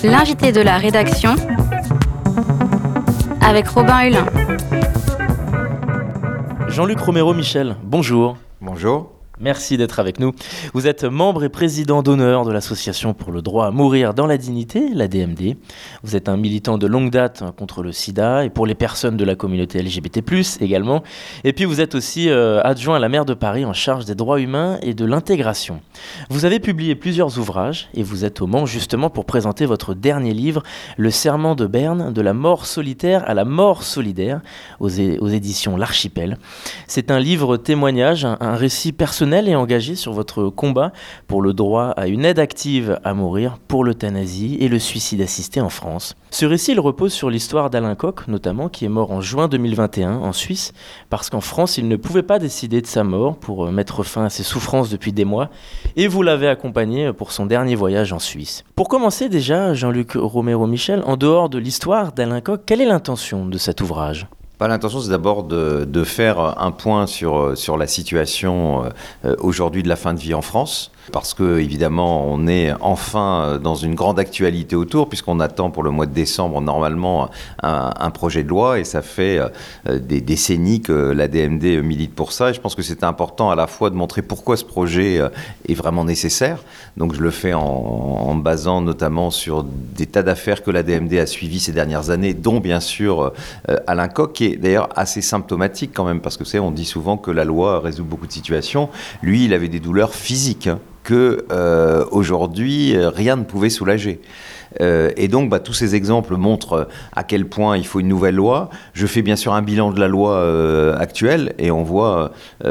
L'invité de la rédaction avec Robin Hulin. Jean-Luc Romero-Michel, bonjour. Bonjour. Merci d'être avec nous. Vous êtes membre et président d'honneur de l'Association pour le droit à mourir dans la dignité, l'ADMD. Vous êtes un militant de longue date contre le sida et pour les personnes de la communauté LGBT+, également. Et puis vous êtes aussi adjoint à la maire de Paris en charge des droits humains et de l'intégration. Vous avez publié plusieurs ouvrages et vous êtes au Mans justement pour présenter votre dernier livre, Le Serment de Berne, de la mort solitaire à la mort solidaire, aux éditions L'Archipel. C'est un livre témoignage, un récit personnel et engagé sur votre combat pour le droit à une aide active à mourir, pour l'euthanasie et le suicide assisté en France. Ce récit il repose sur l'histoire d'Alain Koch, notamment, qui est mort en juin 2021 en Suisse, parce qu'en France, il ne pouvait pas décider de sa mort pour mettre fin à ses souffrances depuis des mois, et vous l'avez accompagné pour son dernier voyage en Suisse. Pour commencer déjà, Jean-Luc Romero-Michel, en dehors de l'histoire d'Alain Koch, quelle est l'intention de cet ouvrage ? L'intention, c'est d'abord de faire un point sur la situation aujourd'hui de la fin de vie en France, parce que évidemment, on est enfin dans une grande actualité autour, puisqu'on attend pour le mois de décembre normalement un projet de loi, et ça fait des décennies que l'ADMD milite pour ça, et je pense que c'est important à la fois de montrer pourquoi ce projet est vraiment nécessaire. Donc je le fais en me basant notamment sur des tas d'affaires que l'ADMD a suivies ces dernières années, dont bien sûr Alain Koch, qui est d'ailleurs assez symptomatique quand même, parce que on dit souvent que la loi résout beaucoup de situations. Lui, il avait des douleurs physiques que aujourd'hui rien ne pouvait soulager. Et donc tous ces exemples montrent à quel point il faut une nouvelle loi. Je fais bien sûr un bilan de la loi actuelle et on voit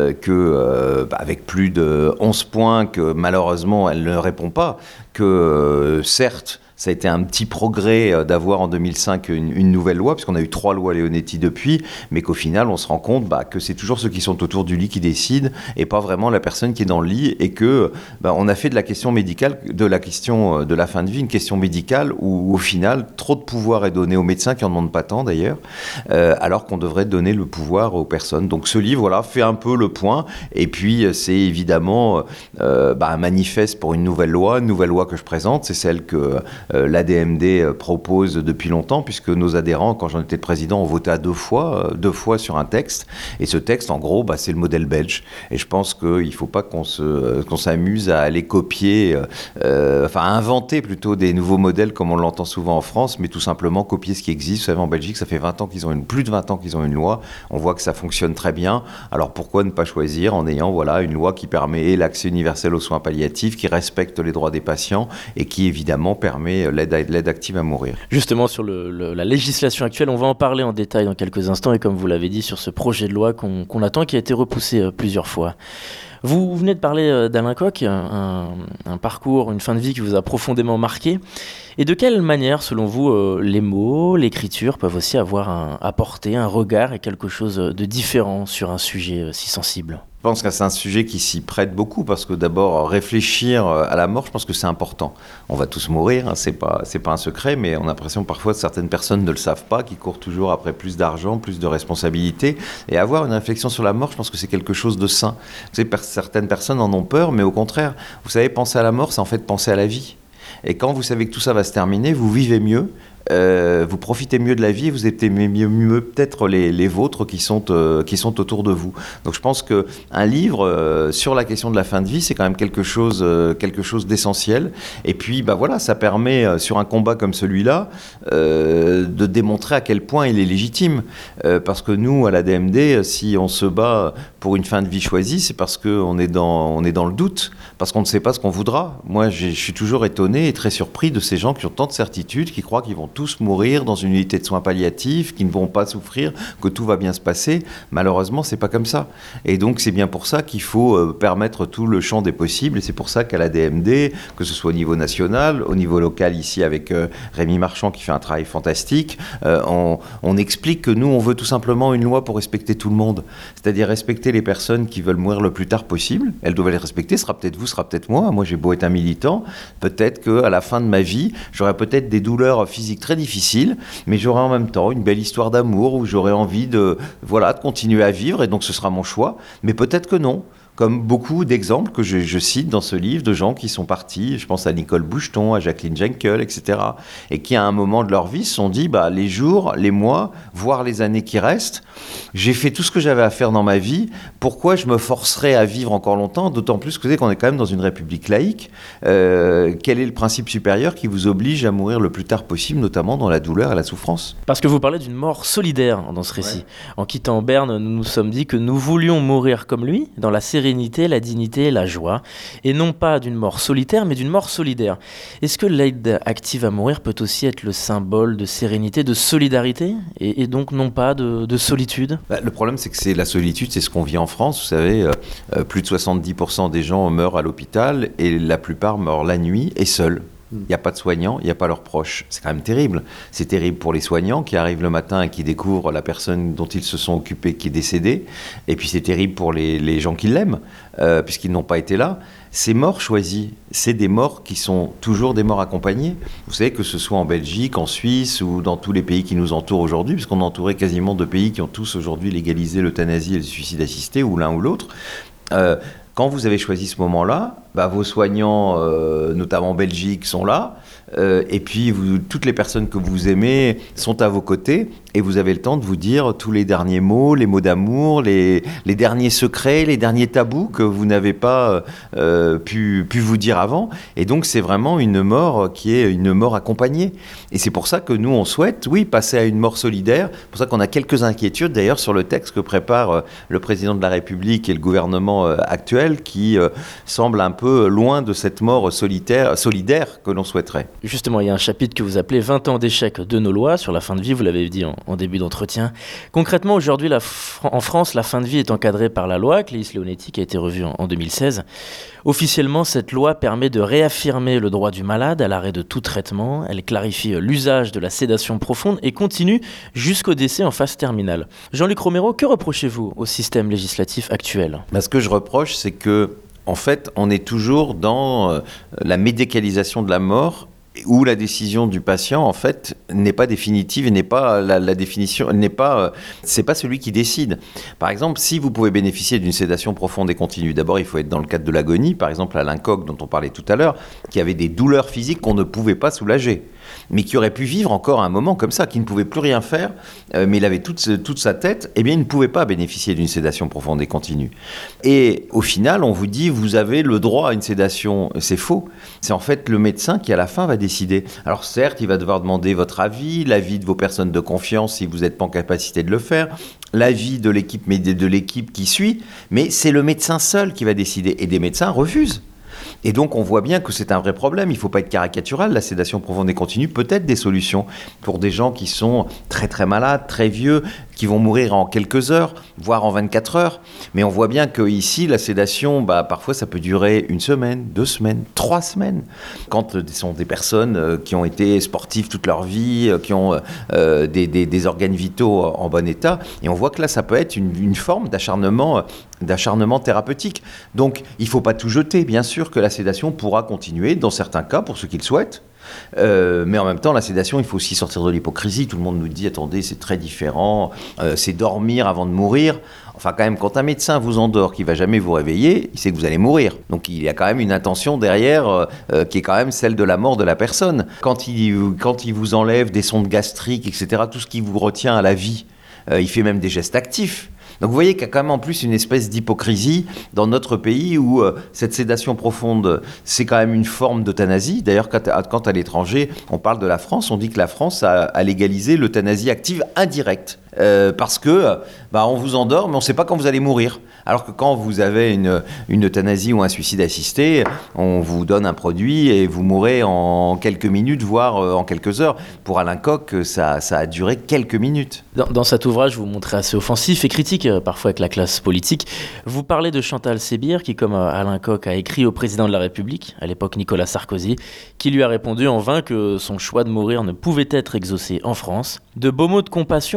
que avec plus de 11 points que malheureusement elle ne répond pas, que certes ça a été un petit progrès d'avoir en 2005 une nouvelle loi, puisqu'on a eu 3 lois Leonetti depuis, mais qu'au final, on se rend compte que c'est toujours ceux qui sont autour du lit qui décident, et pas vraiment la personne qui est dans le lit, et que on a fait de la question médicale, de la question de la fin de vie, une question médicale où, au final, trop de pouvoir est donné aux médecins, qui n'en demandent pas tant d'ailleurs, alors qu'on devrait donner le pouvoir aux personnes. Donc ce livre, fait un peu le point, et puis c'est évidemment un manifeste pour une nouvelle loi que je présente, c'est celle que l'ADMD propose depuis longtemps, puisque nos adhérents, quand j'en étais le président, ont voté à deux fois sur un texte. Et ce texte, en gros, c'est le modèle belge. Et je pense qu'il ne faut pas qu'on s'amuse à aller copier, à inventer plutôt des nouveaux modèles comme on l'entend souvent en France, mais tout simplement copier ce qui existe. Vous savez, en Belgique, ça fait plus de 20 ans qu'ils ont une loi. On voit que ça fonctionne très bien. Alors pourquoi ne pas choisir en ayant une loi qui permet l'accès universel aux soins palliatifs, qui respecte les droits des patients et qui évidemment permet l'aide active à mourir. Justement, sur la législation actuelle, on va en parler en détail dans quelques instants, et comme vous l'avez dit, sur ce projet de loi qu'on attend, qui a été repoussé plusieurs fois. Vous venez de parler d'Alain Koch, un parcours, une fin de vie qui vous a profondément marqué. Et de quelle manière, selon vous, les mots, l'écriture peuvent aussi apporter un regard et quelque chose de différent sur un sujet si sensible ? Je pense que c'est un sujet qui s'y prête beaucoup, parce que d'abord, réfléchir à la mort, je pense que c'est important. On va tous mourir, c'est pas un secret, mais on a l'impression parfois que certaines personnes ne le savent pas, qui courent toujours après plus d'argent, plus de responsabilités. Et avoir une réflexion sur la mort, je pense que c'est quelque chose de sain. Vous savez, certaines personnes en ont peur, mais au contraire, vous savez, penser à la mort, c'est en fait penser à la vie. Et quand vous savez que tout ça va se terminer, vous vivez mieux, vous profitez mieux de la vie, vous aimez mieux peut-être les vôtres qui sont autour de vous. Donc je pense qu'un livre sur la question de la fin de vie, c'est quand même quelque chose d'essentiel. Et puis ça permet sur un combat comme celui-là de démontrer à quel point il est légitime. Parce que nous, à l'ADMD, si on se bat pour une fin de vie choisie, c'est parce qu'on est dans le doute, parce qu'on ne sait pas ce qu'on voudra. Moi, je suis toujours étonné et très surpris de ces gens qui ont tant de certitudes, qui croient qu'ils vont tous mourir dans une unité de soins palliatifs, qui ne vont pas souffrir, que tout va bien se passer. Malheureusement, c'est pas comme ça. Et donc, c'est bien pour ça qu'il faut permettre tout le champ des possibles. Et c'est pour ça qu'à l'ADMD, que ce soit au niveau national, au niveau local, ici avec Rémi Marchand qui fait un travail fantastique, on explique que nous, on veut tout simplement une loi pour respecter tout le monde. C'est-à-dire respecter les personnes qui veulent mourir le plus tard possible. Elles doivent les respecter. Ce sera peut-être vous, ce sera peut-être moi. Moi, j'ai beau être un militant. Peut-être qu'à la fin de ma vie, j'aurai peut-être des douleurs physiques très difficile, mais j'aurai en même temps une belle histoire d'amour où j'aurai envie de continuer à vivre, et donc ce sera mon choix. Mais peut-être que non. comme beaucoup d'exemples que je cite dans ce livre de gens qui sont partis, je pense à Nicole Boucheton, à Jacqueline Jenkel, etc., et qui à un moment de leur vie se sont dit, les jours, les mois, voire les années qui restent, j'ai fait tout ce que j'avais à faire dans ma vie, pourquoi je me forcerais à vivre encore longtemps, d'autant plus que vous savez qu'on est quand même dans une république laïque, quel est le principe supérieur qui vous oblige à mourir le plus tard possible, notamment dans la douleur et la souffrance? Parce que vous parlez d'une mort solidaire dans ce récit. Ouais. En quittant Berne, nous nous sommes dit que nous voulions mourir comme lui, dans la sérénité, la dignité et la joie, et non pas d'une mort solitaire, mais d'une mort solidaire. Est-ce que l'aide active à mourir peut aussi être le symbole de sérénité, de solidarité, et donc non pas de solitude? Le problème, c'est que la solitude, c'est ce qu'on vit en France. Vous savez, plus de 70% des gens meurent à l'hôpital, et la plupart meurent la nuit et seuls. Il n'y a pas de soignants, il n'y a pas leurs proches. C'est quand même terrible. C'est terrible pour les soignants qui arrivent le matin et qui découvrent la personne dont ils se sont occupés qui est décédée. Et puis c'est terrible pour les gens qui l'aiment, puisqu'ils n'ont pas été là. Ces morts choisis, c'est des morts qui sont toujours des morts accompagnées. Vous savez, que ce soit en Belgique, en Suisse ou dans tous les pays qui nous entourent aujourd'hui, puisqu'on est entouré quasiment de pays qui ont tous aujourd'hui légalisé l'euthanasie et le suicide assisté, ou l'un ou l'autre. Quand vous avez choisi ce moment-là, vos soignants, notamment en Belgique, sont là. Et puis, toutes les personnes que vous aimez sont à vos côtés. Et vous avez le temps de vous dire tous les derniers mots, les mots d'amour, les derniers secrets, les derniers tabous que vous n'avez pas pu vous dire avant. Et donc, c'est vraiment une mort qui est une mort accompagnée. Et c'est pour ça que nous, on souhaite, oui, passer à une mort solidaire. C'est pour ça qu'on a quelques inquiétudes, d'ailleurs, sur le texte que prépare le président de la République et le gouvernement actuel, qui semble un peu loin de cette mort solidaire que l'on souhaiterait. Justement, il y a un chapitre que vous appelez 20 ans d'échec de nos lois sur la fin de vie, vous l'avez dit en début d'entretien. Concrètement, aujourd'hui, en France, la fin de vie est encadrée par la loi Claeys-Leonetti qui a été revue en 2016. Officiellement, cette loi permet de réaffirmer le droit du malade à l'arrêt de tout traitement. Elle clarifie l'usage de la sédation profonde et continue jusqu'au décès en phase terminale. Jean-Luc Romero, que reprochez-vous au système législatif actuel ? Ce que je reproche, c'est que, en fait, on est toujours dans la médicalisation de la mort, où la décision du patient, en fait, n'est pas définitive et n'est pas la définition, c'est pas celui qui décide. Par exemple, si vous pouvez bénéficier d'une sédation profonde et continue, d'abord, il faut être dans le cadre de l'agonie. Par exemple, Alain Koch, dont on parlait tout à l'heure, qui avait des douleurs physiques qu'on ne pouvait pas soulager, mais qui aurait pu vivre encore un moment comme ça, qui ne pouvait plus rien faire, mais il avait toute sa tête, eh bien, il ne pouvait pas bénéficier d'une sédation profonde et continue. Et au final, on vous dit, vous avez le droit à une sédation. C'est faux. C'est en fait le médecin qui, à la fin, va décider. Alors certes, il va devoir demander votre avis, l'avis de vos personnes de confiance si vous n'êtes pas en capacité de le faire, l'avis de l'équipe qui suit, mais c'est le médecin seul qui va décider. Et des médecins refusent. Et donc, on voit bien que c'est un vrai problème. Il ne faut pas être caricatural. La sédation profonde et continue peut être des solutions pour des gens qui sont très, très malades, très vieux, qui vont mourir en quelques heures, voire en 24 heures. Mais on voit bien qu'ici, la sédation, parfois, ça peut durer 1 semaine, 2 semaines, 3 semaines. Quand ce sont des personnes qui ont été sportives toute leur vie, qui ont des organes vitaux en bon état. Et on voit que là, ça peut être une forme d'acharnement thérapeutique. Donc, il ne faut pas tout jeter. Bien sûr que la sédation pourra continuer, dans certains cas, pour ceux qui le souhaitent. Mais en même temps, la sédation, il faut aussi sortir de l'hypocrisie. Tout le monde nous dit, attendez, c'est très différent, c'est dormir avant de mourir. Enfin, quand même, quand un médecin vous endort, qui ne va jamais vous réveiller, il sait que vous allez mourir. Donc, il y a quand même une intention derrière qui est quand même celle de la mort de la personne. Quand il vous enlève des sondes gastriques, etc., tout ce qui vous retient à la vie, il fait même des gestes actifs. Donc vous voyez qu'il y a quand même en plus une espèce d'hypocrisie dans notre pays où cette sédation profonde, c'est quand même une forme d'euthanasie. D'ailleurs, quand à l'étranger, on parle de la France, on dit que la France a légalisé l'euthanasie active indirecte. Parce que on vous endort, mais on ne sait pas quand vous allez mourir. Alors que quand vous avez une euthanasie ou un suicide assisté, on vous donne un produit et vous mourrez en quelques minutes, voire en quelques heures. Pour Alain Koch, ça a duré quelques minutes. Dans cet ouvrage, vous montrez assez offensif et critique, parfois avec la classe politique. Vous parlez de Chantal Sébir, qui, comme Alain Koch, a écrit au président de la République, à l'époque Nicolas Sarkozy, qui lui a répondu en vain que son choix de mourir ne pouvait être exaucé en France. De beaux mots de compassion en guise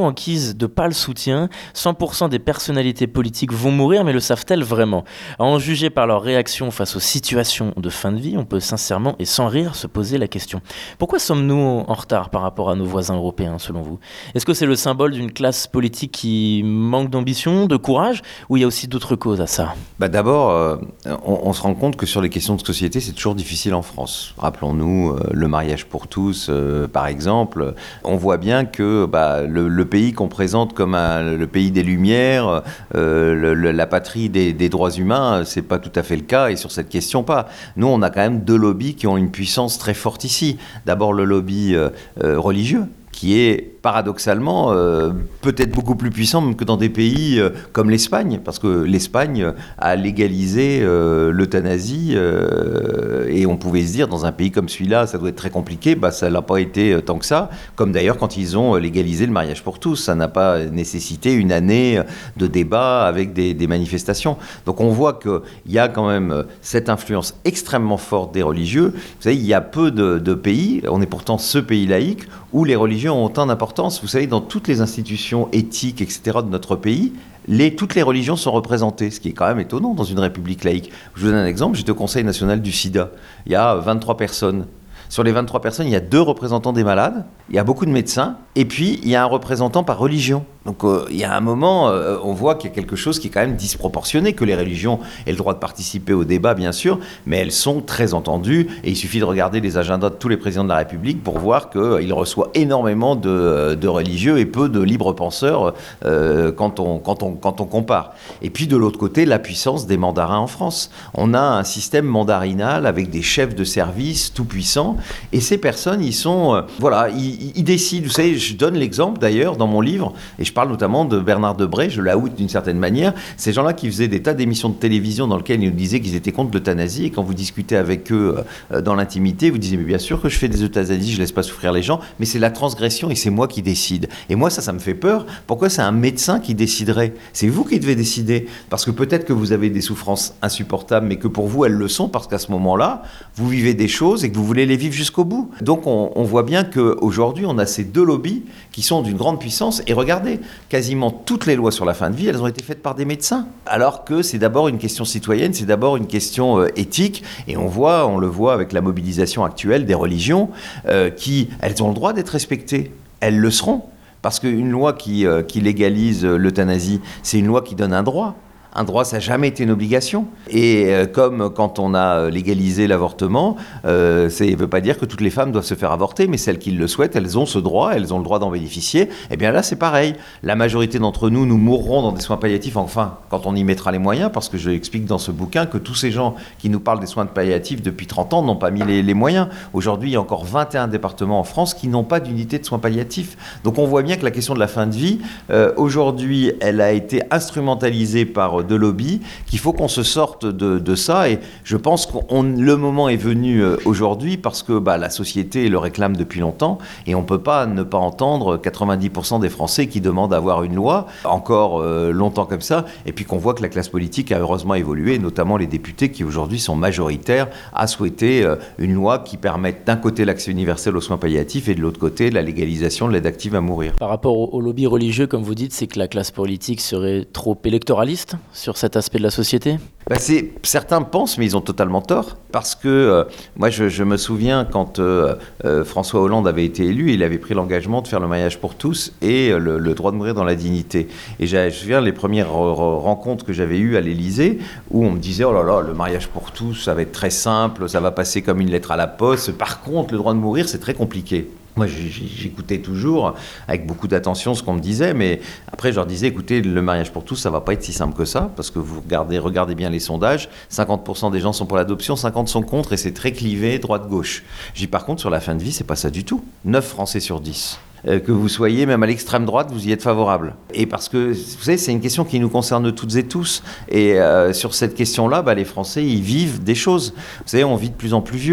disent de pas le soutien. 100% des personnalités politiques vont mourir, mais le savent-elles vraiment? À en juger par leur réaction face aux situations de fin de vie, on peut sincèrement et sans rire se poser la question. Pourquoi sommes-nous en retard par rapport à nos voisins européens, selon vous? Est-ce que c'est le symbole d'une classe politique qui manque d'ambition, de courage, ou il y a aussi d'autres causes à ça? D'abord, on se rend compte que sur les questions de société, c'est toujours difficile en France. Rappelons-nous le mariage pour tous, par exemple. On voit bien que le pays qu'on présente comme le pays des Lumières, la patrie des droits humains, c'est pas tout à fait le cas, et sur cette question pas. Nous, on a quand même deux lobbies qui ont une puissance très forte ici. D'abord le lobby religieux, qui est paradoxalement peut-être beaucoup plus puissant même que dans des pays comme l'Espagne, parce que l'Espagne a légalisé l'euthanasie, et on pouvait se dire, dans un pays comme celui-là, ça doit être très compliqué. Ça n'a pas été tant que ça, comme d'ailleurs quand ils ont légalisé le mariage pour tous. Ça n'a pas nécessité une année de débat avec des manifestations. Donc on voit qu'il y a quand même cette influence extrêmement forte des religieux. Vous savez, il y a peu de pays, on est pourtant ce pays laïque, où les religions ont autant d'importance. Vous savez, dans toutes les institutions éthiques, etc., de notre pays, toutes les religions sont représentées, ce qui est quand même étonnant dans une république laïque. Je vous donne un exemple, j'étais au Conseil national du sida. Il y a 23 personnes. Sur les 23 personnes, il y a 2 représentants des malades, il y a beaucoup de médecins, et puis il y a un représentant par religion. Donc il y a un moment, on voit qu'il y a quelque chose qui est quand même disproportionné, que les religions aient le droit de participer au débat, bien sûr, mais elles sont très entendues, et il suffit de regarder les agendas de tous les présidents de la République pour voir qu'il reçoit énormément de religieux et peu de libres penseurs quand on compare. Et puis de l'autre côté, la puissance des mandarins en France. On a un système mandarinal avec des chefs de service tout puissants, et ces personnes, ils décident. Vous savez, je donne l'exemple d'ailleurs dans mon livre, et je parle notamment de Bernard Debré, je l'oute d'une certaine manière. Ces gens-là qui faisaient des tas d'émissions de télévision dans lesquelles ils nous disaient qu'ils étaient contre l'euthanasie, et quand vous discutez avec eux dans l'intimité, vous disiez, mais bien sûr que je fais des euthanasies, je laisse pas souffrir les gens, mais c'est la transgression et c'est moi qui décide. Et moi, ça me fait peur. Pourquoi c'est un médecin qui déciderait? C'est vous qui devez décider. Parce que peut-être que vous avez des souffrances insupportables, mais que pour vous, elles le sont, parce qu'à ce moment-là, vous vivez des choses et que vous voulez les vivre jusqu'au bout. Donc on voit bien qu'aujourd'hui, on a ces deux lobbies qui sont d'une grande puissance. Et regardez, quasiment toutes les lois sur la fin de vie, elles ont été faites par des médecins. Alors que c'est d'abord une question citoyenne, c'est d'abord une question éthique. Et on le voit avec la mobilisation actuelle des religions, elles ont le droit d'être respectées. Elles le seront. Parce qu'une loi qui légalise l'euthanasie, c'est une loi qui donne un droit. Un droit, ça n'a jamais été une obligation. Et comme quand on a légalisé l'avortement, ça ne veut pas dire que toutes les femmes doivent se faire avorter, mais celles qui le souhaitent, elles ont ce droit, elles ont le droit d'en bénéficier. Et bien là, c'est pareil. La majorité d'entre nous mourrons dans des soins palliatifs, enfin, quand on y mettra les moyens, parce que je explique dans ce bouquin que tous ces gens qui nous parlent des soins palliatifs depuis 30 ans n'ont pas mis les moyens. Aujourd'hui, il y a encore 21 départements en France qui n'ont pas d'unité de soins palliatifs. Donc on voit bien que la question de la fin de vie, aujourd'hui, elle a été instrumentalisée par de lobby, qu'il faut qu'on se sorte de ça, et je pense que le moment est venu aujourd'hui parce que la société le réclame depuis longtemps, et on ne peut pas ne pas entendre 90% des Français qui demandent à avoir une loi encore longtemps comme ça, et puis qu'on voit que la classe politique a heureusement évolué, notamment les députés qui aujourd'hui sont majoritaires à souhaiter une loi qui permette d'un côté l'accès universel aux soins palliatifs et de l'autre côté la légalisation de l'aide active à mourir. Par rapport au lobby religieux, comme vous dites, c'est que la classe politique serait trop électoraliste sur cet aspect de la société? Certains pensent, mais ils ont totalement tort. Parce que moi, je me souviens quand François Hollande avait été élu, il avait pris l'engagement de faire le mariage pour tous et le droit de mourir dans la dignité. Et je me souviens les premières rencontres que j'avais eues à l'Élysée, où on me disait, oh là là, le mariage pour tous, ça va être très simple, ça va passer comme une lettre à la poste. Par contre, le droit de mourir, c'est très compliqué. Moi, j'écoutais toujours avec beaucoup d'attention ce qu'on me disait, mais après, je leur disais, écoutez, le mariage pour tous, ça va pas être si simple que ça, parce que vous regardez bien les sondages, 50% des gens sont pour l'adoption, 50% sont contre, et c'est très clivé, droite-gauche. Je dis, par contre, sur la fin de vie, c'est pas ça du tout. 9 Français sur 10. Que vous soyez même à l'extrême droite, vous y êtes favorable. Et parce que, vous savez, c'est une question qui nous concerne toutes et tous. Et sur cette question-là, les Français, ils vivent des choses. Vous savez, on vit de plus en plus vieux.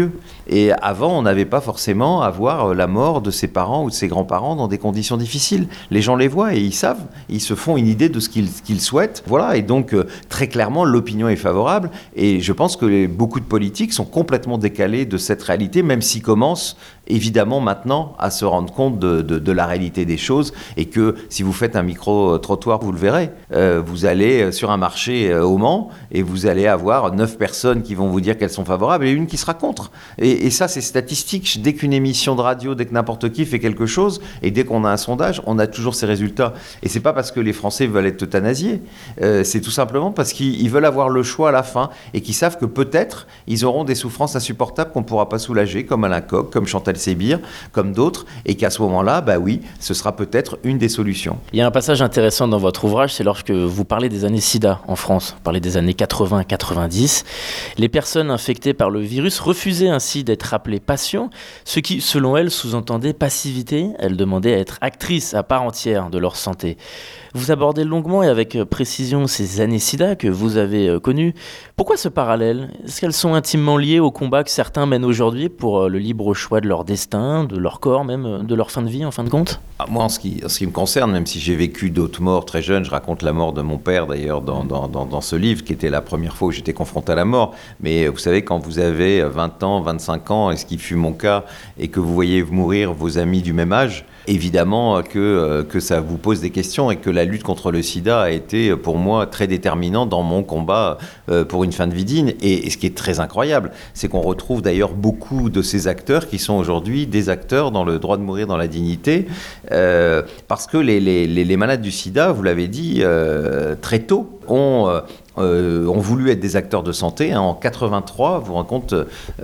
Et avant, on n'avait pas forcément à voir la mort de ses parents ou de ses grands-parents dans des conditions difficiles. Les gens les voient et ils savent, ils se font une idée de ce qu'ils souhaitent. Voilà, et donc très clairement, l'opinion est favorable. Et je pense que beaucoup de politiques sont complètement décalés de cette réalité, même s'ils commencent évidemment maintenant à se rendre compte de la réalité des choses, et que si vous faites un micro-trottoir, vous le verrez, vous allez sur un marché au Mans et vous allez avoir 9 personnes qui vont vous dire qu'elles sont favorables et une qui sera contre. Et ça, c'est statistique. Dès qu'une émission de radio, dès que n'importe qui fait quelque chose, et dès qu'on a un sondage, on a toujours ces résultats. Et c'est pas parce que les Français veulent être euthanasiés, c'est tout simplement parce qu'ils veulent avoir le choix à la fin, et qu'ils savent que peut-être ils auront des souffrances insupportables qu'on ne pourra pas soulager, comme Alain Coq, comme Chantal Sébir, comme d'autres, et qu'à ce moment-là, bah oui, ce sera peut-être une des solutions. Il y a un passage intéressant dans votre ouvrage, c'est lorsque vous parlez des années SIDA en France, vous parlez des années 80-90. Les personnes infectées par le virus refusaient ainsi d'être appelées patients, ce qui, selon elles, sous-entendait passivité. Elles demandaient à être actrices à part entière de leur santé. Vous abordez longuement et avec précision ces années SIDA que vous avez connues. Pourquoi ce parallèle ? Est-ce qu'elles sont intimement liées au combat que certains mènent aujourd'hui pour le libre choix de leur destin, de leur corps, même de leur fin de vie en fin de compte ? Moi, en ce qui me concerne, même si j'ai vécu d'autres morts très jeunes, je raconte la mort de mon père d'ailleurs dans ce livre, qui était la première fois où j'étais confronté à la mort. Mais vous savez, quand vous avez 20 ans, 25 ans, et ce qui fut mon cas, et que vous voyez mourir vos amis du même âge, évidemment que ça vous pose des questions, et que la lutte contre le sida a été pour moi très déterminante dans mon combat pour une fin de vie digne. Et ce qui est très incroyable, c'est qu'on retrouve d'ailleurs beaucoup de ces acteurs qui sont aujourd'hui des acteurs dans le droit de mourir dans la dignité, parce que les malades du sida, vous l'avez dit, très tôt, ont voulu être des acteurs de santé. En 83, vous vous rendez compte,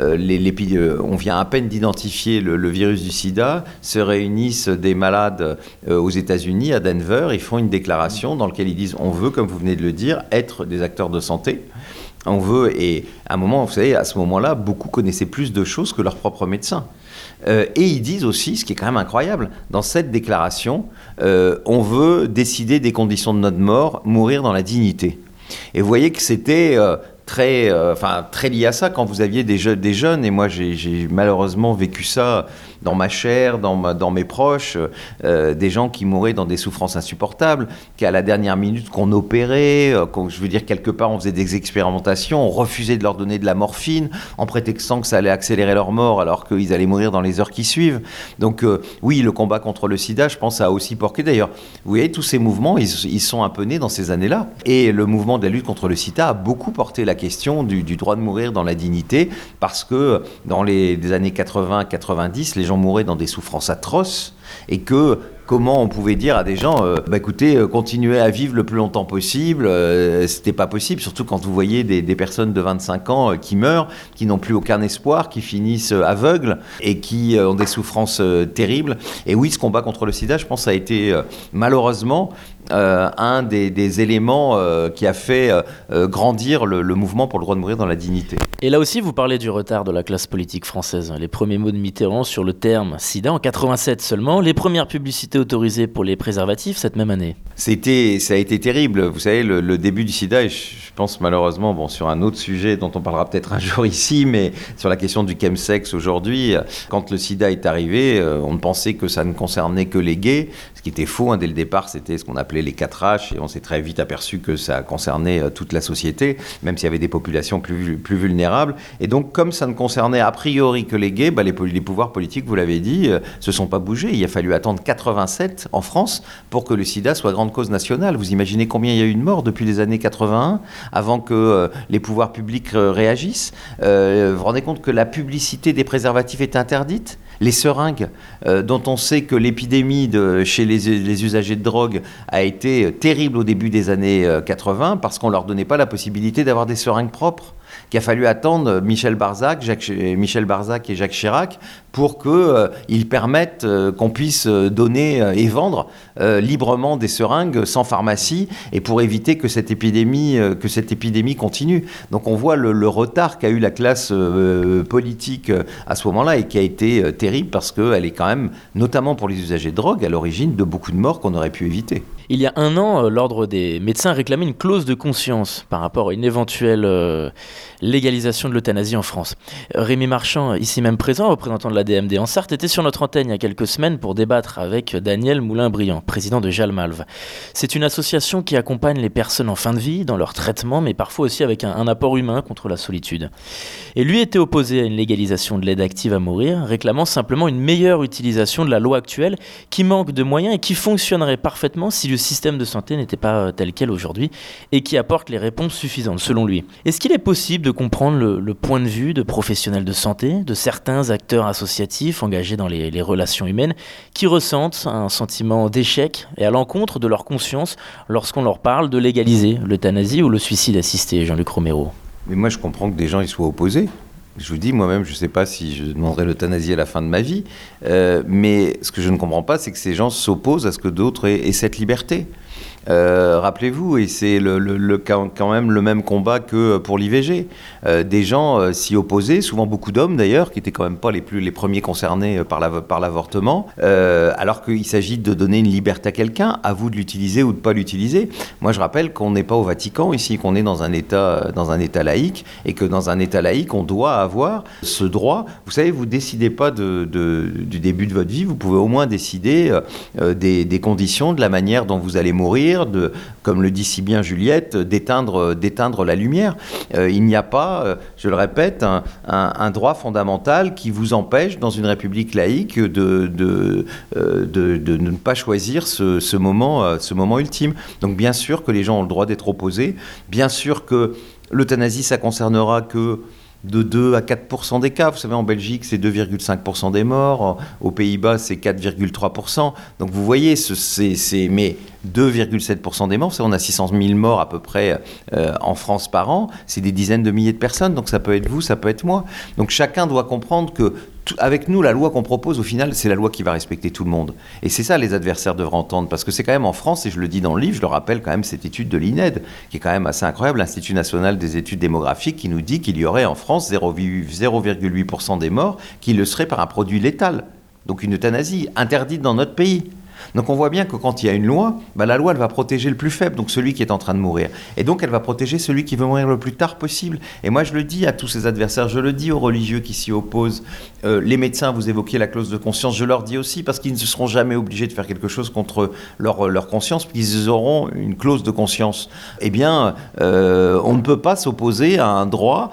on vient à peine d'identifier le virus du sida, se réunissent des malades aux États-Unis, à Denver, ils font une déclaration dans laquelle ils disent « on veut, comme vous venez de le dire, être des acteurs de santé ». On veut, et à un moment, vous savez, à ce moment-là, beaucoup connaissaient plus de choses que leurs propres médecins. Et ils disent aussi, ce qui est quand même incroyable, dans cette déclaration, on veut décider des conditions de notre mort, mourir dans la dignité. Et vous voyez que c'était très lié à ça quand vous aviez des jeunes, et moi j'ai malheureusement vécu ça dans ma chair, dans mes proches, des gens qui mouraient dans des souffrances insupportables, qu'à la dernière minute qu'on opérait, je veux dire quelque part on faisait des expérimentations, on refusait de leur donner de la morphine en prétextant que ça allait accélérer leur mort alors qu'ils allaient mourir dans les heures qui suivent. Donc oui, le combat contre le sida, je pense, a aussi porté. D'ailleurs, vous voyez, tous ces mouvements, ils sont un peu nés dans ces années-là. Et le mouvement de la lutte contre le sida a beaucoup porté la question du droit de mourir dans la dignité, parce que dans les années 80-90, les gens mouraient dans des souffrances atroces, et que comment on pouvait dire à des gens écoutez, continuez à vivre le plus longtemps possible, c'était pas possible, surtout quand vous voyez des personnes de 25 ans qui meurent, qui n'ont plus aucun espoir, qui finissent aveugles et qui ont des souffrances terribles. Et oui, ce combat contre le sida, je pense, a été malheureusement un des éléments qui a fait grandir le mouvement pour le droit de mourir dans la dignité. Et là aussi, vous parlez du retard de la classe politique française. Les premiers mots de Mitterrand sur le terme sida en 87 seulement, les premières publicités autorisées pour les préservatifs cette même année. Ça a été terrible. Vous savez, le début du sida, et je pense malheureusement, sur un autre sujet dont on parlera peut-être un jour ici, mais sur la question du chemsex aujourd'hui, quand le sida est arrivé, on pensait que ça ne concernait que les gays, ce qui était faux. Dès le départ, c'était ce qu'on appelait les 4H, et on s'est très vite aperçu que ça concernait toute la société, même s'il y avait des populations plus vulnérables. Et donc, comme ça ne concernait a priori que les gays, les pouvoirs politiques, vous l'avez dit, se sont pas bougés. Il a fallu attendre 87 en France pour que le sida soit grande cause nationale. Vous imaginez combien il y a eu de morts depuis les années 81 avant que les pouvoirs publics réagissent. Vous vous rendez compte que la publicité des préservatifs est interdite ? Les seringues, dont on sait que l'épidémie chez les usagers de drogue a été terrible au début des années 80 parce qu'on ne leur donnait pas la possibilité d'avoir des seringues propres, qu'il a fallu attendre Michel Barzac et Jacques Chirac pour qu'ils permettent qu'on puisse donner et vendre librement des seringues sans pharmacie, et pour éviter que cette épidémie continue. Donc on voit le retard qu'a eu la classe politique à ce moment-là, et qui a été terrible parce qu'elle est quand même, notamment pour les usagers de drogue, à l'origine de beaucoup de morts qu'on aurait pu éviter. Il y a un an, l'Ordre des médecins réclamait une clause de conscience par rapport à une éventuelle légalisation de l'euthanasie en France. Rémi Marchand, ici même présent, représentant de la DMD en Sarthe, était sur notre antenne il y a quelques semaines pour débattre avec Daniel Moulin-Briand, président de Jalmalve. C'est une association qui accompagne les personnes en fin de vie dans leur traitement, mais parfois aussi avec un apport humain contre la solitude. Et lui était opposé à une légalisation de l'aide active à mourir, réclamant simplement une meilleure utilisation de la loi actuelle qui manque de moyens et qui fonctionnerait parfaitement si le système de santé n'était pas tel quel aujourd'hui et qui apporte les réponses suffisantes selon lui. Est-ce qu'il est possible de comprendre le point de vue de professionnels de santé, de certains acteurs associatifs engagés dans les relations humaines qui ressentent un sentiment d'échec et à l'encontre de leur conscience lorsqu'on leur parle de légaliser l'euthanasie ou le suicide assisté, Jean-Luc Romero? Mais moi, je comprends que des gens y soient opposés. Je vous dis, moi-même, je ne sais pas si je demanderai l'euthanasie à la fin de ma vie, mais ce que je ne comprends pas, c'est que ces gens s'opposent à ce que d'autres aient cette liberté. Rappelez-vous, et c'est quand même le même combat que pour l'IVG. Des gens s'y opposaient, souvent beaucoup d'hommes d'ailleurs, qui n'étaient quand même pas les premiers concernés par l'avortement, alors qu'il s'agit de donner une liberté à quelqu'un, à vous de l'utiliser ou de ne pas l'utiliser. Moi je rappelle qu'on n'est pas au Vatican ici, qu'on est dans un État laïque, et que dans un État laïque, on doit avoir ce droit. Vous savez, vous ne décidez pas du début de votre vie, vous pouvez au moins décider des conditions, de la manière dont vous allez mourir, comme le dit si bien Juliette, d'éteindre la lumière. Il n'y a pas, je le répète, un droit fondamental qui vous empêche, dans une république laïque, de ne pas choisir ce moment ultime. Donc bien sûr que les gens ont le droit d'être opposés, bien sûr que l'euthanasie, ça concernera que de 2 à 4% des cas. Vous savez, en Belgique, c'est 2,5% des morts. Aux Pays-Bas, c'est 4,3%. Donc vous voyez, mais 2,7% des morts, on a 600 000 morts à peu près en France par an. C'est des dizaines de milliers de personnes. Donc ça peut être vous, ça peut être moi. Donc chacun doit comprendre que avec nous, la loi qu'on propose, au final, c'est la loi qui va respecter tout le monde. Et c'est ça, les adversaires devraient entendre. Parce que c'est quand même en France, et je le dis dans le livre, je le rappelle quand même, cette étude de l'INED, qui est quand même assez incroyable, l'Institut national des études démographiques, qui nous dit qu'il y aurait en France 0,8% des morts qui le seraient par un produit létal. Donc une euthanasie interdite dans notre pays. Donc on voit bien que quand il y a une loi, la loi elle va protéger le plus faible, donc celui qui est en train de mourir. Et donc elle va protéger celui qui veut mourir le plus tard possible. Et moi je le dis à tous ces adversaires, je le dis aux religieux qui s'y opposent, les médecins, vous évoquiez la clause de conscience, je leur dis aussi, parce qu'ils ne seront jamais obligés de faire quelque chose contre leur conscience, puisqu'ils auront une clause de conscience. Eh bien, on ne peut pas s'opposer à un droit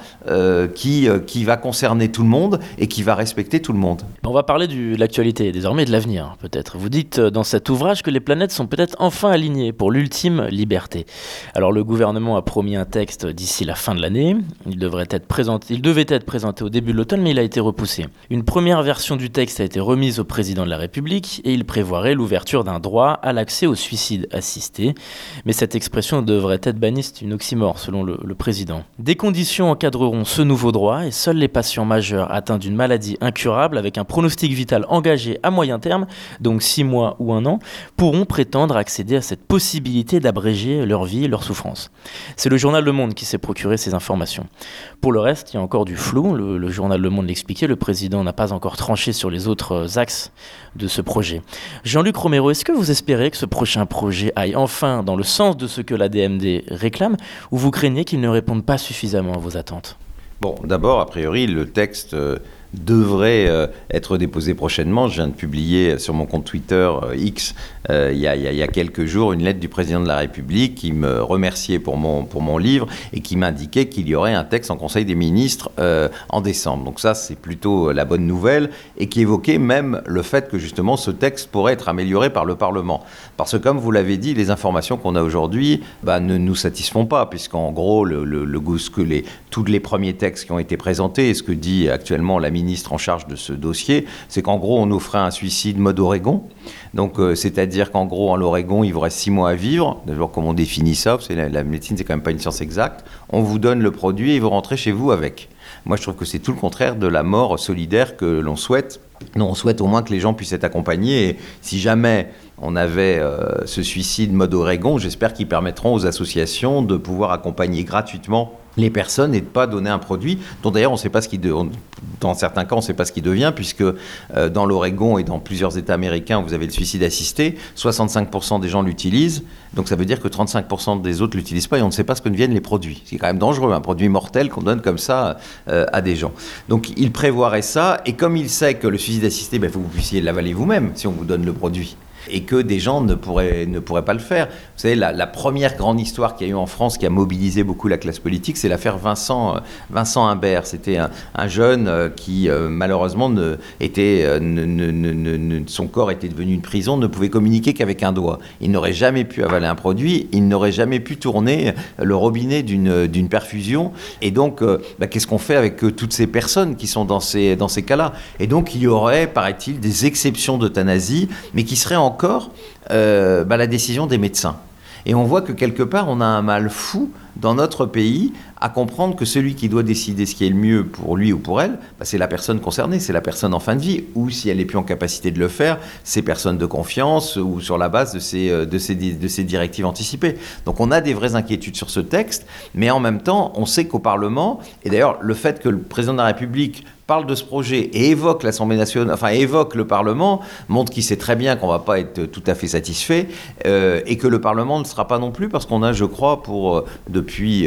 qui va concerner tout le monde et qui va respecter tout le monde. On va parler de l'actualité, désormais de l'avenir peut-être. Vous dites dans cet ouvrage que les planètes sont peut-être enfin alignées pour l'ultime liberté. Alors le gouvernement a promis un texte d'ici la fin de l'année. Il devait être présenté au début de l'automne, mais il a été repoussé. Une première version du texte a été remise au président de la République et il prévoirait l'ouverture d'un droit à l'accès au suicide assisté. Mais cette expression devrait être bannie, c'est une oxymore selon le président. Des conditions encadreront ce nouveau droit et seuls les patients majeurs atteints d'une maladie incurable avec un pronostic vital engagé à moyen terme, donc 6 mois ou 1 an, pourront prétendre accéder à cette possibilité d'abréger leur vie et leur souffrance. C'est le journal Le Monde qui s'est procuré ces informations. Pour le reste, il y a encore du flou. Le journal Le Monde l'expliquait, le président n'a pas encore tranché sur les autres axes de ce projet. Jean-Luc Romero, est-ce que vous espérez que ce prochain projet aille enfin dans le sens de ce que la DMD réclame, ou vous craignez qu'il ne réponde pas suffisamment à vos attentes ? Bon, d'abord, a priori, le texte devrait être déposé prochainement. Je viens de publier sur mon compte Twitter X il y a quelques jours une lettre du président de la République qui me remerciait pour mon livre et qui m'indiquait qu'il y aurait un texte en Conseil des ministres en décembre. Donc ça, c'est plutôt la bonne nouvelle et qui évoquait même le fait que justement ce texte pourrait être amélioré par le Parlement. Parce que comme vous l'avez dit, les informations qu'on a aujourd'hui ne nous satisfont pas, puisqu'en gros, tous les premiers textes qui ont été présentés et ce que dit actuellement la ministre en charge de ce dossier, c'est qu'en gros, on nous ferait un suicide mode Oregon. Donc, c'est-à-dire qu'en gros, en Oregon, il vous reste 6 mois à vivre. D'abord, comment on définit ça ? Parce que la médecine, c'est quand même pas une science exacte. On vous donne le produit et vous rentrez chez vous avec. Moi, je trouve que c'est tout le contraire de la mort solidaire que l'on souhaite. Non, on souhaite au moins que les gens puissent être accompagnés. Et si jamais on avait ce suicide mode Oregon, j'espère qu'ils permettront aux associations de pouvoir accompagner gratuitement les personnes et de ne pas donner un produit dont d'ailleurs on ne sait pas dans certains cas on ne sait pas ce qu'il devient, puisque dans l'Oregon et dans plusieurs États américains où vous avez le suicide assisté, 65% des gens l'utilisent, donc ça veut dire que 35% des autres ne l'utilisent pas et on ne sait pas ce que deviennent les produits. C'est quand même dangereux, un produit mortel qu'on donne comme ça à des gens. Donc il prévoirait ça, et comme il sait que le suicide assisté, il faut que vous puissiez l'avaler vous-même si on vous donne le produit, et que des gens ne pourraient pas le faire. Vous savez, la première grande histoire qu'il y a eu en France qui a mobilisé beaucoup la classe politique, c'est l'affaire Vincent Imbert. C'était un jeune qui, malheureusement, son corps était devenu une prison, ne pouvait communiquer qu'avec un doigt. Il n'aurait jamais pu avaler un produit, il n'aurait jamais pu tourner le robinet d'une perfusion. Et donc, qu'est-ce qu'on fait avec toutes ces personnes qui sont dans ces cas-là? Et donc, il y aurait, paraît-il, des exceptions d'euthanasie, mais qui seraient encore la décision des médecins. Et on voit que quelque part, on a un mal fou dans notre pays à comprendre que celui qui doit décider ce qui est le mieux pour lui ou pour elle, c'est la personne concernée, c'est la personne en fin de vie, ou si elle n'est plus en capacité de le faire, c'est personne de confiance ou sur la base de ces directives anticipées. Donc on a des vraies inquiétudes sur ce texte, mais en même temps, on sait qu'au Parlement, et d'ailleurs le fait que le président de la République parle de ce projet et évoque l'Assemblée nationale, évoque le Parlement, montre qu'il sait très bien qu'on ne va pas être tout à fait satisfait et que le Parlement ne sera pas non plus, parce qu'on a, je crois, depuis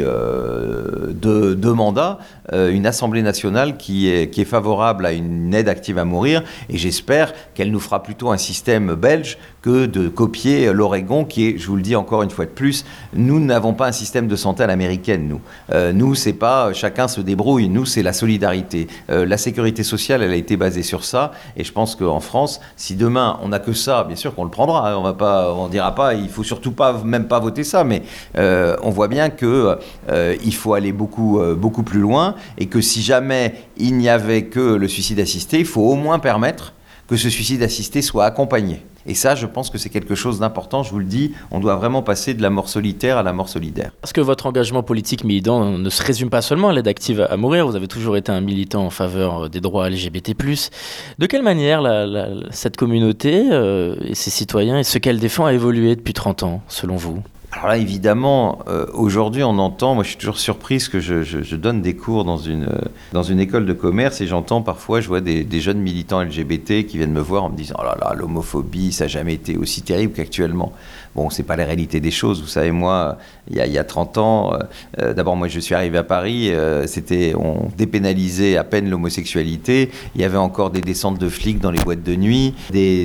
deux mandats, une Assemblée nationale qui est favorable à une aide active à mourir, et j'espère qu'elle nous fera plutôt un système belge que de copier l'Oregon, qui est, je vous le dis encore une fois de plus, nous n'avons pas un système de santé à l'américaine, nous. Nous, c'est pas chacun se débrouille, nous, c'est la solidarité. La sécurité sociale, elle a été basée sur ça, et je pense qu'en France, si demain on n'a que ça, bien sûr qu'on le prendra, hein, on dira pas, il faut surtout même pas voter ça, mais on voit bien que il faut aller beaucoup plus loin, et que si jamais il n'y avait que le suicide assisté, il faut au moins permettre que ce suicide assisté soit accompagné. Et ça, je pense que c'est quelque chose d'important, je vous le dis, on doit vraiment passer de la mort solitaire à la mort solidaire. Parce que votre engagement politique militant ne se résume pas seulement à l'aide active à mourir, vous avez toujours été un militant en faveur des droits LGBT+. De quelle manière cette communauté et ses citoyens et ce qu'elle défend a évolué depuis 30 ans, selon vous ? Alors là, évidemment, aujourd'hui, on entend, moi je suis toujours surprise que je donne des cours dans une école de commerce, et j'entends parfois, je vois des jeunes militants LGBT qui viennent me voir en me disant « Oh là là, l'homophobie, ça n'a jamais été aussi terrible qu'actuellement ». Bon, c'est pas la réalité des choses. Vous savez, moi, il y a 30 ans, d'abord, moi, je suis arrivé à Paris, on dépénalisait à peine l'homosexualité. Il y avait encore des descentes de flics dans les boîtes de nuit,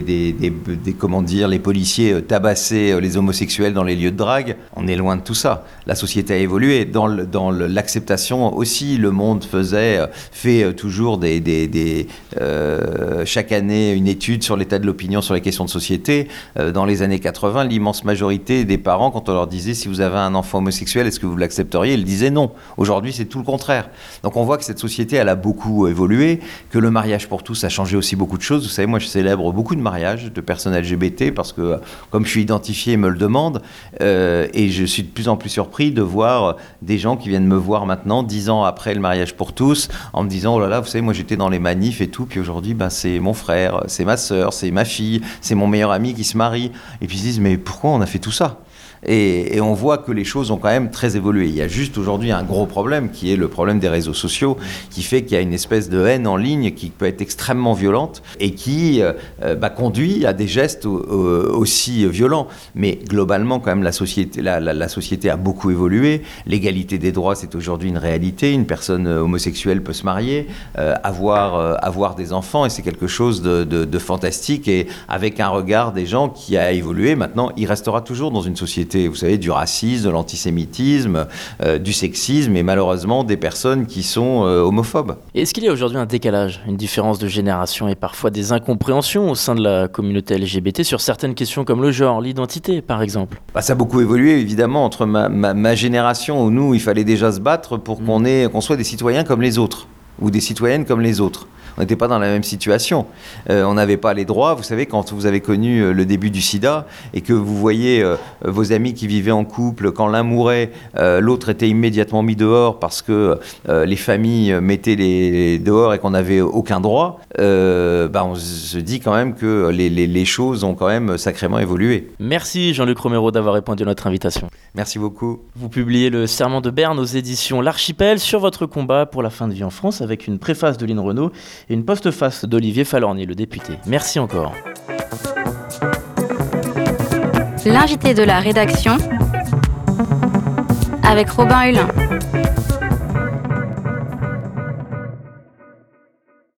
les policiers tabassaient les homosexuels dans les lieux de drague. On est loin de tout ça. La société a évolué. Dans l'acceptation aussi, le monde fait toujours chaque année une étude sur l'état de l'opinion sur les questions de société. Dans les années 80, l'immense majorité des parents, quand on leur disait si vous avez un enfant homosexuel, est-ce que vous l'accepteriez, ils disaient non. Aujourd'hui, c'est tout le contraire. Donc on voit que cette société, elle a beaucoup évolué, que le mariage pour tous a changé aussi beaucoup de choses. Vous savez, moi, je célèbre beaucoup de mariages de personnes LGBT parce que, comme je suis identifié, ils me le demandent. Et je suis de plus en plus surpris de voir des gens qui viennent me voir maintenant, 10 ans après le mariage pour tous, en me disant, oh là là, vous savez, moi, j'étais dans les manifs et tout, puis aujourd'hui, c'est mon frère, c'est ma sœur, c'est ma fille, c'est mon meilleur ami qui se marie. Et puis ils se disent, mais pourquoi on a fait tout ça ? Et on voit que les choses ont quand même très évolué. Il y a juste aujourd'hui un gros problème qui est le problème des réseaux sociaux, qui fait qu'il y a une espèce de haine en ligne qui peut être extrêmement violente et qui conduit à des gestes aussi violents. Mais globalement, quand même, la société a beaucoup évolué. L'égalité des droits, c'est aujourd'hui une réalité. Une personne homosexuelle peut se marier, avoir des enfants, et c'est quelque chose de fantastique, et avec un regard des gens qui a évolué. Maintenant, il restera toujours dans une société, vous savez, du racisme, de l'antisémitisme, du sexisme, et malheureusement des personnes qui sont homophobes. Est-ce qu'il y a aujourd'hui un décalage, une différence de génération et parfois des incompréhensions au sein de la communauté LGBT sur certaines questions comme le genre, l'identité par exemple ? Ça a beaucoup évolué évidemment entre ma génération où nous, il fallait déjà se battre pour qu'on soit des citoyens comme les autres. ou des citoyennes comme les autres. On n'était pas dans la même situation. On n'avait pas les droits. Vous savez, quand vous avez connu le début du sida et que vous voyez vos amis qui vivaient en couple, quand l'un mourait, l'autre était immédiatement mis dehors parce que les familles mettaient les dehors et qu'on n'avait aucun droit, on se dit quand même que les choses ont quand même sacrément évolué. Merci Jean-Luc Romero d'avoir répondu à notre invitation. Merci beaucoup. Vous publiez Le Serment de Berne aux éditions L'Archipel sur votre combat pour la fin de vie en France avec une préface de Lynn Renaud et une postface d'Olivier Falorni, le député. Merci encore. L'invité de la rédaction avec Robin Hulin.